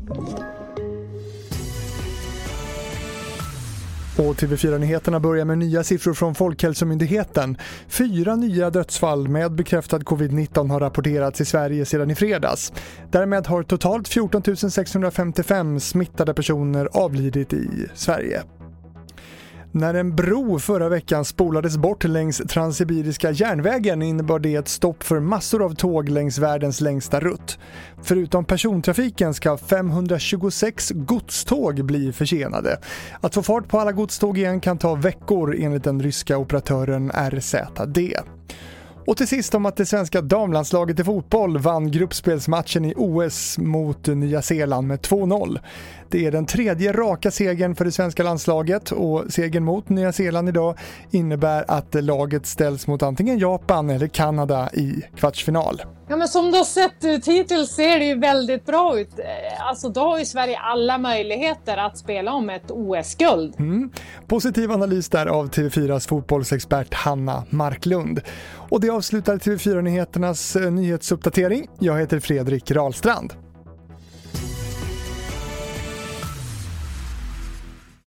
Och TV4-nyheterna börjar med nya siffror från Folkhälsomyndigheten. 4 nya dödsfall med bekräftad covid-19 har rapporterats i Sverige sedan i fredags. Därmed har totalt 14 655 smittade personer avlidit i Sverige. När en bro förra veckan spolades bort längs Transsibiriska järnvägen innebar det ett stopp för massor av tåg längs världens längsta rutt. Förutom persontrafiken ska 526 godståg bli försenade. Att få fart på alla godståg igen kan ta veckor enligt den ryska operatören RZD. Och till sist om att det svenska damlandslaget i fotboll vann gruppspelsmatchen i OS mot Nya Zeeland med 2-0. Det är den 3:e raka segern för det svenska landslaget och segern mot Nya Zeeland idag innebär att laget ställs mot antingen Japan eller Kanada i kvartsfinal. Ja, men som det har sett ut hittills ser det ju väldigt bra ut. Alltså då har ju Sverige alla möjligheter att spela om ett OS-guld. Positiv analys där av TV4s fotbollsexpert Hanna Marklund. Och det avslutar TV4-nyheternas nyhetsuppdatering. Jag heter Fredrik Rahlstrand.